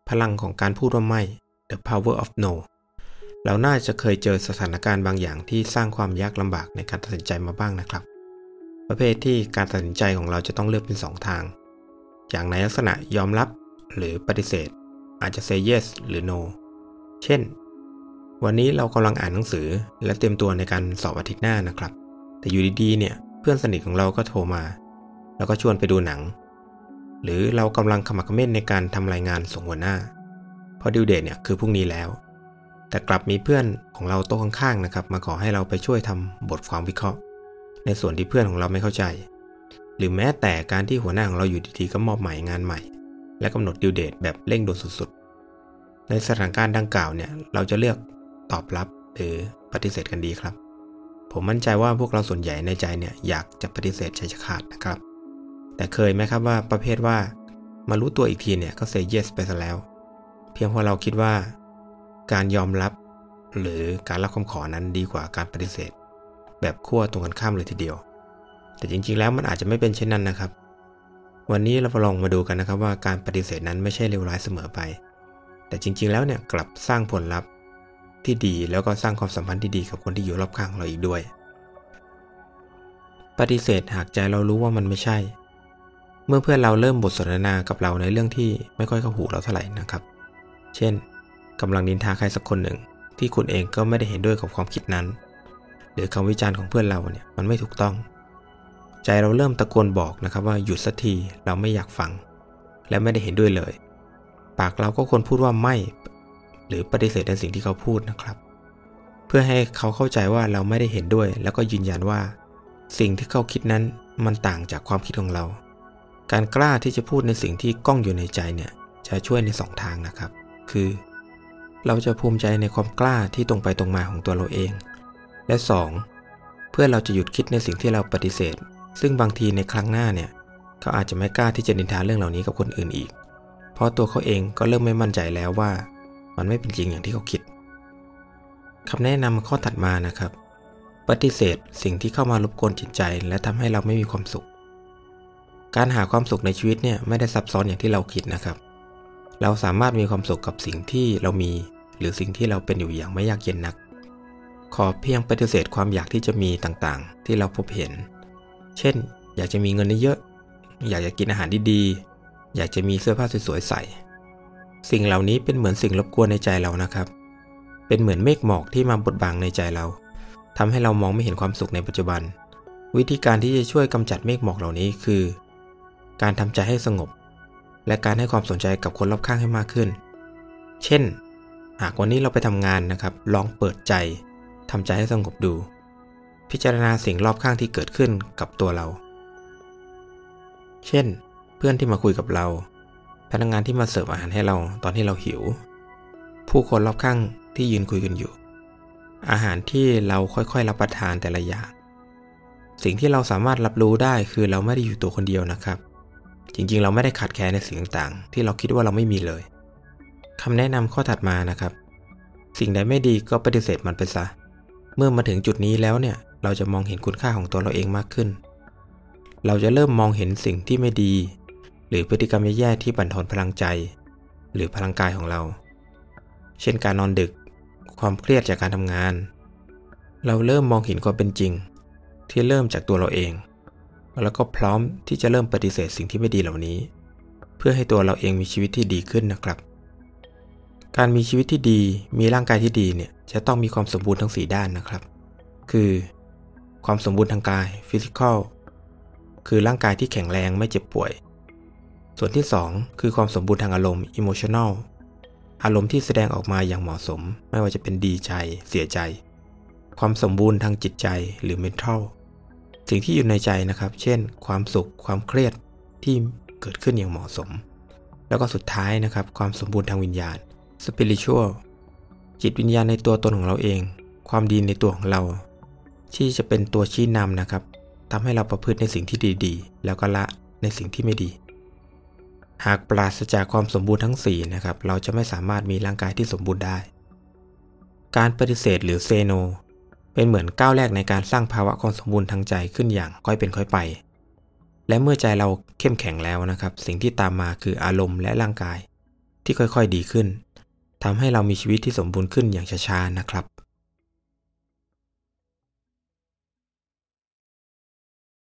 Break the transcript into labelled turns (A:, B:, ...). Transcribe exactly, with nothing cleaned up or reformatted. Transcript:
A: พลังของการพูดว่าไม่ The Power of No เราน่าจะเคยเจอสถานการณ์บางอย่างที่สร้างความยากลำบากในการตัดสินใจมาบ้างนะครับประเภทที่การตัดสินใจของเราจะต้องเลือกเป็นสองทางอย่างในลักษณะยอมรับหรือปฏิเสธอาจจะ say yes หรือ no เช่นวันนี้เรากำลังอ่านหนังสือและเตรียมตัวในการสอบอาทิตย์หน้านะครับแต่อยู่ดีๆเนี่ยเพื่อนสนิทของเราก็โทรมาแล้วก็ชวนไปดูหนังหรือเรากำลังขมักเขม้นในการทำรายงานส่งหัวหน้าเพราะดิวเดทเนี่ยคือพรุ่งนี้แล้วแต่กลับมีเพื่อนของเราโต๊ะข้างๆนะครับมาขอให้เราไปช่วยทำบทความวิเคราะห์ในส่วนที่เพื่อนของเราไม่เข้าใจหรือแม้แต่การที่หัวหน้าของเราอยู่ดีๆก็มอบหมายงานใหม่และกำหนดดิวเดทแบบเร่งด่วนสุดๆในสถานการณ์ดังกล่าวเนี่ยเราจะเลือกตอบรับหรือปฏิเสธกันดีครับผมมั่นใจว่าพวกเราส่วนใหญ่ในใจเนี่ยอยากจะปฏิเสธใจจะขาดนะครับแต่เคยไหมครับว่าประเภทว่ามารู้ตัวอีกทีเนี่ยก็ say yes ไปซะแล้วเพียงเพราะเราคิดว่าการยอมรับหรือการรับคำขอนั้นดีกว่าการปฏิเสธแบบขั้วตรงกันข้ามเลยทีเดียวแต่จริงๆแล้วมันอาจจะไม่เป็นเช่นนั้นนะครับวันนี้เราลองมาดูกันนะครับว่าการปฏิเสธนั้นไม่ใช่เลวร้ายเสมอไปแต่จริงๆแล้วเนี่ยกลับสร้างผลลัพธ์ที่ดีแล้วก็สร้างความสัมพันธ์ที่ดีกับคนที่อยู่รอบข้างเราอีกด้วยปฏิเสธหากใจเรารู้ว่ามันไม่ใช่เมื่อเพื่อนเราเริ่มบทสนทนากับเราในเรื่องที่ไม่ค่อยเข้าหูเราเท่าไหร่นะครับเช่นกำลังนินทาใครสักคนหนึ่งที่คุณเองก็ไม่ได้เห็นด้วยกับความคิดนั้นหรือคำวิจารณ์ของเพื่อนเราเนี่ยมันไม่ถูกต้องใจเราเริ่มตะโกนบอกนะครับว่าหยุดสักทีเราไม่อยากฟังและไม่ได้เห็นด้วยเลยปากเราก็ควรพูดว่าไม่หรือปฏิเสธในสิ่งที่เขาพูดนะครับเพื่อให้เขาเข้าใจว่าเราไม่ได้เห็นด้วยแล้วก็ยืนยันว่าสิ่งที่เขาคิดนั้นมันต่างจากความคิดของเราการกล้าที่จะพูดในสิ่งที่ก้องอยู่ในใจเนี่ยจะช่วยในสองทางนะครับคือเราจะภูมิใจในความกล้าที่ตรงไปตรงมาของตัวเราเองและสองเพื่อเราจะหยุดคิดในสิ่งที่เราปฏิเสธซึ่งบางทีในครั้งหน้าเนี่ยเขาอาจจะไม่กล้าที่จะนินทาเรื่องเหล่านี้กับคนอื่นอีกเพราะตัวเขาเองก็เริ่มไม่มั่นใจแล้วว่ามันไม่เป็นจริงอย่างที่เขาคิดคำแนะนำข้อถัดมานะครับปฏิเสธสิ่งที่เข้ามารบกวนจิตใจและทำให้เราไม่มีความสุขการหาความสุขในชีวิตเนี่ยไม่ได้ซับซ้อนอย่างที่เราคิดนะครับเราสามารถมีความสุขกับสิ่งที่เรามีหรือสิ่งที่เราเป็นอยู่อย่างไม่ยากเย็นนักขอเพียงปฏิเสธความอยากที่จะมีต่างๆที่เราพบเห็นเช่นอยากจะมีเงินเยอะอยากจะกินอาหารดีๆอยากจะมีเสื้อผ้าสวยๆใส่สิ่งเหล่านี้เป็นเหมือนสิ่งรบกวนในใจเรานะครับเป็นเหมือนเมฆหมอกที่มาบดบังในใจเราทำให้เรามองไม่เห็นความสุขในปัจจุบันวิธีการที่จะช่วยกำจัดเมฆหมอกเหล่านี้คือการทำใจให้สงบและการให้ความสนใจกับคนรอบข้างให้มากขึ้นเช่นหากวันนี้เราไปทำงานนะครับลองเปิดใจทำใจให้สงบดูพิจารณาสิ่งรอบข้างที่เกิดขึ้นกับตัวเราเช่นเพื่อนที่มาคุยกับเราพนักงานที่มาเสิร์ฟอาหารให้เราตอนที่เราหิวผู้คนรอบข้างที่ยืนคุยกันอยู่อาหารที่เราค่อยๆรับประทานแต่ละอย่างสิ่งที่เราสามารถรับรู้ได้คือเราไม่ได้อยู่ตัวคนเดียวนะครับจริงๆเราไม่ได้ขาดแคลนในสิ่งต่างๆที่เราคิดว่าเราไม่มีเลยคำแนะนำข้อถัดมานะครับสิ่งใดไม่ดีก็ปฏิเสธมันไปซะเมื่อมาถึงจุดนี้แล้วเนี่ยเราจะมองเห็นคุณค่าของตัวเราเองมากขึ้นเราจะเริ่มมองเห็นสิ่งที่ไม่ดีหรือพฤติกรรมแย่ๆที่บั่นทอนพลังใจหรือพลังกายของเราเช่นการนอนดึกความเครียดจากการทำงานเราเริ่มมองเห็นความเป็นจริงที่เริ่มจากตัวเราเองแล้วก็พร้อมที่จะเริ่มปฏิเสธสิ่งที่ไม่ดีเหล่านี้เพื่อให้ตัวเราเองมีชีวิตที่ดีขึ้นนะครับการมีชีวิตที่ดีมีร่างกายที่ดีเนี่ยจะต้องมีความสมบูรณ์ทั้งสี่ด้านนะครับคือความสมบูรณ์ทางกาย physical คือร่างกายที่แข็งแรงไม่เจ็บป่วยส่วนที่สองคือความสมบูรณ์ทางอารมณ์ emotional อารมณ์ที่แสดงออกมาอย่างเหมาะสมไม่ว่าจะเป็นดีใจเสียใจความสมบูรณ์ทางจิตใจหรือ mental สิ่งที่อยู่ในใจนะครับเช่นความสุขความเครียดที่เกิดขึ้นอย่างเหมาะสมแล้วก็สุดท้ายนะครับความสมบูรณ์ทางวิญญาณ spiritual จิตวิญญาณในตัวตนของเราเองความดีในตัวของเราที่จะเป็นตัวชี้นำนะครับทำให้เราประพฤติในสิ่งที่ดีๆแล้วก็ละในสิ่งที่ไม่ดีหากปราศจากความสมบูรณ์ทั้งสี่นะครับเราจะไม่สามารถมีร่างกายที่สมบูรณ์ได้การปฏิเสธหรือ say no เป็นเหมือนก้าวแรกในการสร้างภาวะความสมบูรณ์ทางใจขึ้นอย่างค่อยเป็นค่อยไปและเมื่อใจเราเข้มแข็งแล้วนะครับสิ่งที่ตามมาคืออารมณ์และร่างกายที่ค่อยๆดีขึ้นทำให้เรามีชีวิตที่สมบูรณ์ขึ้นอย่างช้าๆนะครับ